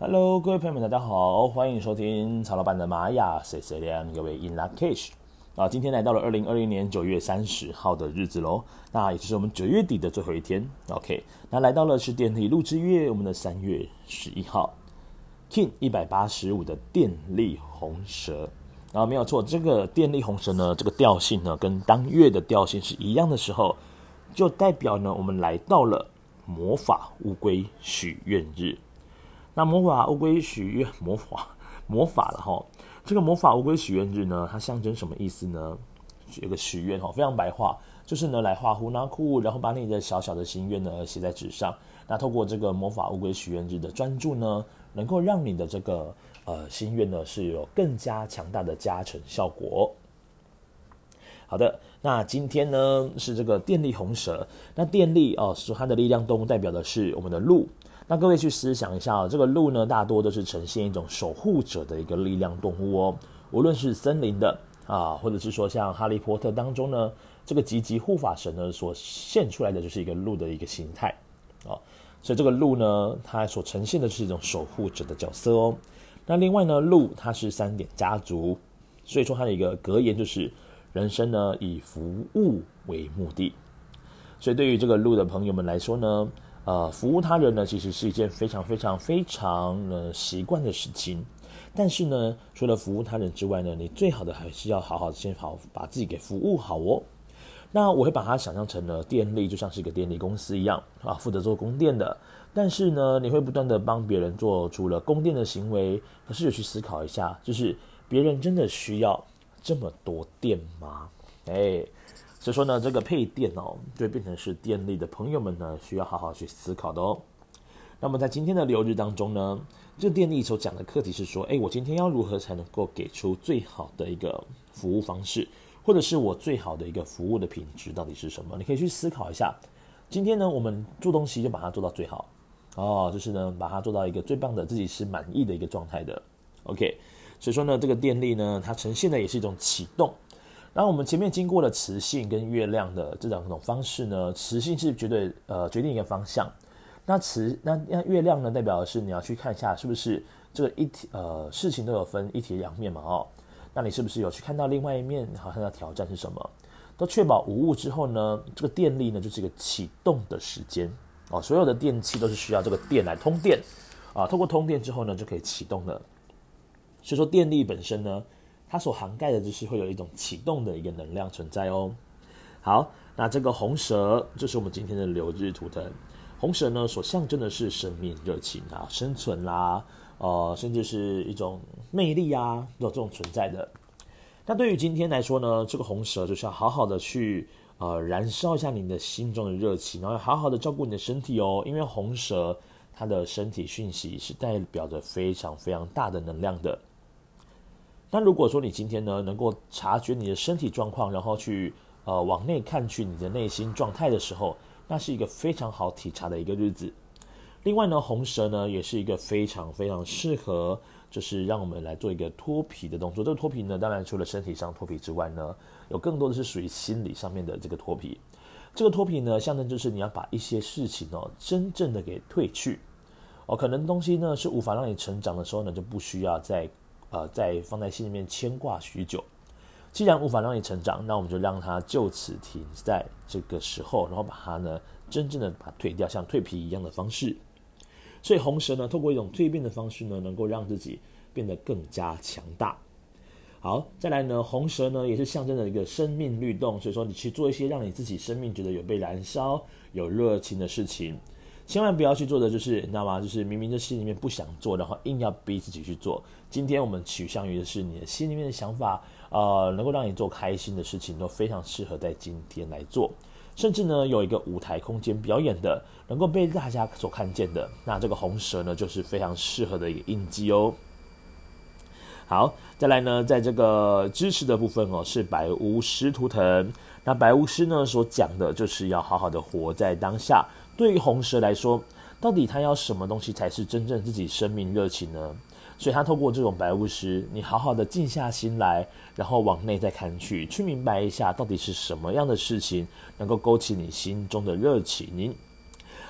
Hello，各位朋友们，大家好，欢迎收听曹老板的玛雅 CC 量各位 In Lak'ech 今天来到了2020年9月30号的日子咯，那也就是我们9月底的最后一天。OK， 那来到了是电力录之月，我们的3月11号 Kin 185的电力红蛇。没有错，这个电力红蛇呢，这个调性呢跟当月的调性是一样的时候，就代表呢我们来到了魔法乌龟许愿日。那魔法乌龟许愿魔法了哈，这个魔法乌龟许愿日呢，它象征什么意思呢？有个许愿哈，非常白话，就是呢来画胡纳库，然后把你的小小的心愿呢写在纸上。那透过这个魔法乌龟许愿日的专注呢，能够让你的这个心愿呢是有更加强大的加成效果。好的，那今天呢是这个电力红蛇，那电力说它的力量动物代表的是我们的鹿。那各位去思想一下这个鹿呢，大多都是呈现一种守护者的一个力量动物哦。无论是森林的或者是说像哈利波特当中呢，这个吉吉护法神呢所现出来的就是一个鹿的一个形态所以这个鹿呢，它所呈现的是一种守护者的角色哦。那另外呢，鹿它是3点家族，所以说它的一个格言就是人生呢以服务为目的。所以对于这个鹿的朋友们来说呢，服务他人呢，其实是一件非常习惯的事情。但是呢，除了服务他人之外呢，你最好的还是要好好先把自己给服务好哦。那我会把它想象成了电力，就像是一个电力公司一样负责做供电的。但是呢，你会不断的帮别人做出了供电的行为，可是有去思考一下，就是别人真的需要这么多电吗？所以说呢，这个配电就会变成是电力的朋友们呢需要好好去思考的哦。那么在今天的流日当中呢，这个电力所讲的课题是说，我今天要如何才能够给出最好的一个服务方式，或者是我最好的一个服务的品质到底是什么？你可以去思考一下。今天呢，我们做东西就把它做到最好就是呢把它做到一个最棒的自己是满意的一个状态的。OK， 所以说呢，这个电力呢，它呈现的也是一种启动。然后我们前面经过了磁性跟月亮的这两种方式呢，磁性是绝对决定一个方向，那月亮呢代表的是你要去看一下是不是这个事情都有分一体两面嘛那你是不是有去看到另外一面好像要挑战是什么？都确保无误之后呢，这个电力呢就是一个启动的时间所有的电器都是需要这个电来通电透过通电之后呢就可以启动了。所以说电力本身呢，它所涵盖的就是会有一种启动的一个能量存在哦。好，那这个红蛇就是我们今天的流日图腾。红蛇呢所象征的是生命、热情生存啦，甚至是一种魅力有这种存在的。那对于今天来说呢，这个红蛇就是要好好的去燃烧一下你的心中的热情，然后要好好的照顾你的身体哦，因为红蛇它的身体讯息是代表着非常大的能量的。那如果说你今天呢能够察觉你的身体状况，然后去往内看去你的内心状态的时候，那是一个非常好体察的一个日子。另外呢，红蛇呢也是一个非常适合，就是让我们来做一个脱皮的动作。这个脱皮呢，当然除了身体上脱皮之外呢，有更多的是属于心理上面的这个脱皮。这个脱皮呢，象征就是你要把一些事情真正的给褪去可能东西呢是无法让你成长的时候呢，就不需要再放在心里面牵挂许久。既然无法让你成长，那我们就让它就此停在这个时候，然后把它呢真正的把它褪掉，像蜕皮一样的方式。所以红蛇呢，透过一种蜕变的方式呢，能够让自己变得更加强大。好，再来呢，红蛇呢也是象征着一个生命律动，所以说你去做一些让你自己生命觉得有被燃烧、有热情的事情。千万不要去做的就是你知道吗？就是明明就心里面不想做，然后硬要逼自己去做。今天我们取向于的是你的心里面的想法，能够让你做开心的事情，都非常适合在今天来做。甚至呢，有一个舞台空间表演的，能够被大家所看见的，那这个红蛇呢，就是非常适合的一个印记哦。好，再来呢，在这个支持的部分是白巫师图腾。那白巫师呢所讲的就是要好好的活在当下。对于红蛇来说，到底他要什么东西才是真正自己生命热情呢？所以他透过这种白巫师，你好好的静下心来，然后往内再看去明白一下到底是什么样的事情能够勾起你心中的热情。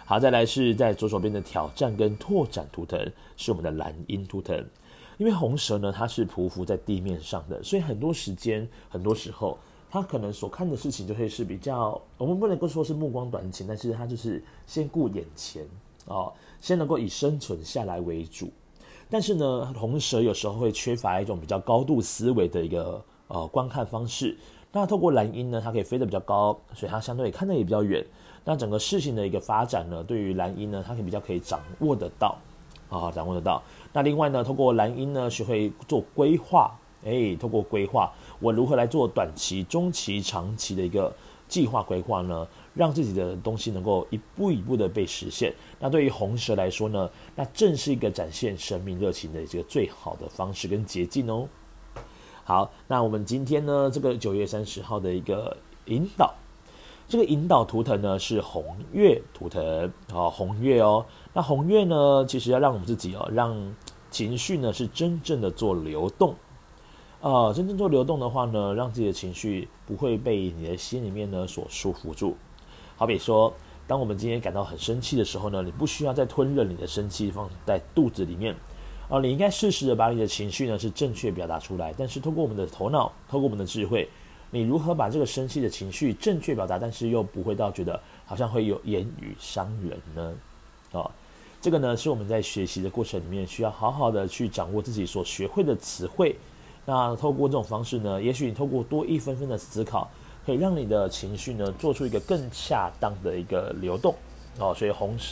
好，再来是在左手边的挑战跟拓展图腾是我们的蓝鹰图腾。因为红蛇呢，它是匍匐在地面上的，所以很多时候，它可能所看的事情就会是比较，我们不能够说是目光短浅，但是它就是先顾眼前先能够以生存下来为主。但是呢，红蛇有时候会缺乏一种比较高度思维的一个观看方式。那透过蓝鹰呢，它可以飞得比较高，所以它相对看得也比较远。那整个事情的一个发展呢，对于蓝鹰呢，它比较可以掌握得到。那另外呢，透过蓝鹰呢，学会做规划，透过规划，我如何来做短期、中期、长期的一个计划规划呢？让自己的东西能够一步一步的被实现。那对于红蛇来说呢，那正是一个展现生命热情的这个最好的方式跟捷径哦。好，那我们今天呢，这个9月30号的一个引导。这个引导图腾呢是红月图腾红月哦。那红月呢，其实要让我们自己让情绪呢是真正的做流动。真正做流动的话呢，让自己的情绪不会被你的心里面呢所束缚住。好比说，当我们今天感到很生气的时候呢，你不需要再吞忍你的生气放在肚子里面。你应该适时的把你的情绪呢是正确表达出来。但是透过我们的头脑，透过我们的智慧，你如何把这个生气的情绪正确表达，但是又不会到觉得好像会有言语伤人呢？这个呢是我们在学习的过程里面需要好好的去掌握自己所学会的词汇。那透过这种方式呢，也许你透过多一分分的思考，可以让你的情绪呢做出一个更恰当的一个流动。所以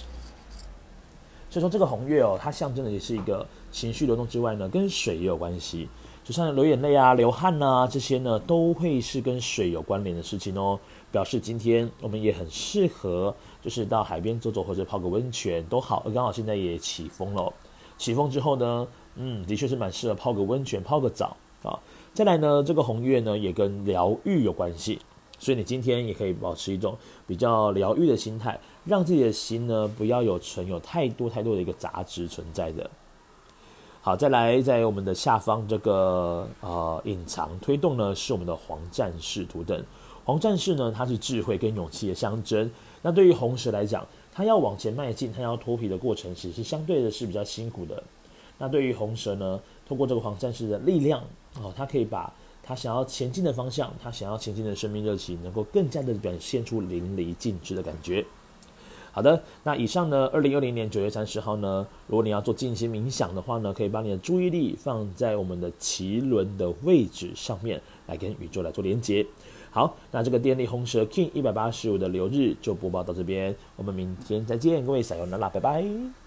说这个红月它象征的也是一个情绪流动之外呢，跟水也有关系。就像流眼泪啊、流汗啊，这些呢都会是跟水有关联的事情哦。表示今天我们也很适合，就是到海边走走或者泡个温泉都好。刚好现在也起风了，起风之后呢，的确是蛮适合泡个温泉、泡个澡啊。再来呢，这个红月呢也跟疗愈有关系，所以你今天也可以保持一种比较疗愈的心态，让自己的心呢不要存有太多的一个杂质存在的。好，再来在我们的下方这个隐藏推动呢，是我们的黄战士图腾。黄战士呢，它是智慧跟勇气的象征。那对于红蛇来讲，它要往前迈进，它要脱皮的过程，其实相对的是比较辛苦的。那对于红蛇呢，透过这个黄战士的力量它可以把他想要前进的方向，他想要前进的生命热情，能够更加的表现出淋漓尽致的感觉。好的，那以上呢，2020年9月30号呢，如果你要做静心冥想的话呢，可以把你的注意力放在我们的脐轮的位置上面，来跟宇宙来做连结。好，那这个电力红蛇 King 185的流日就播报到这边，我们明天再见，各位撒由那拉，拜拜。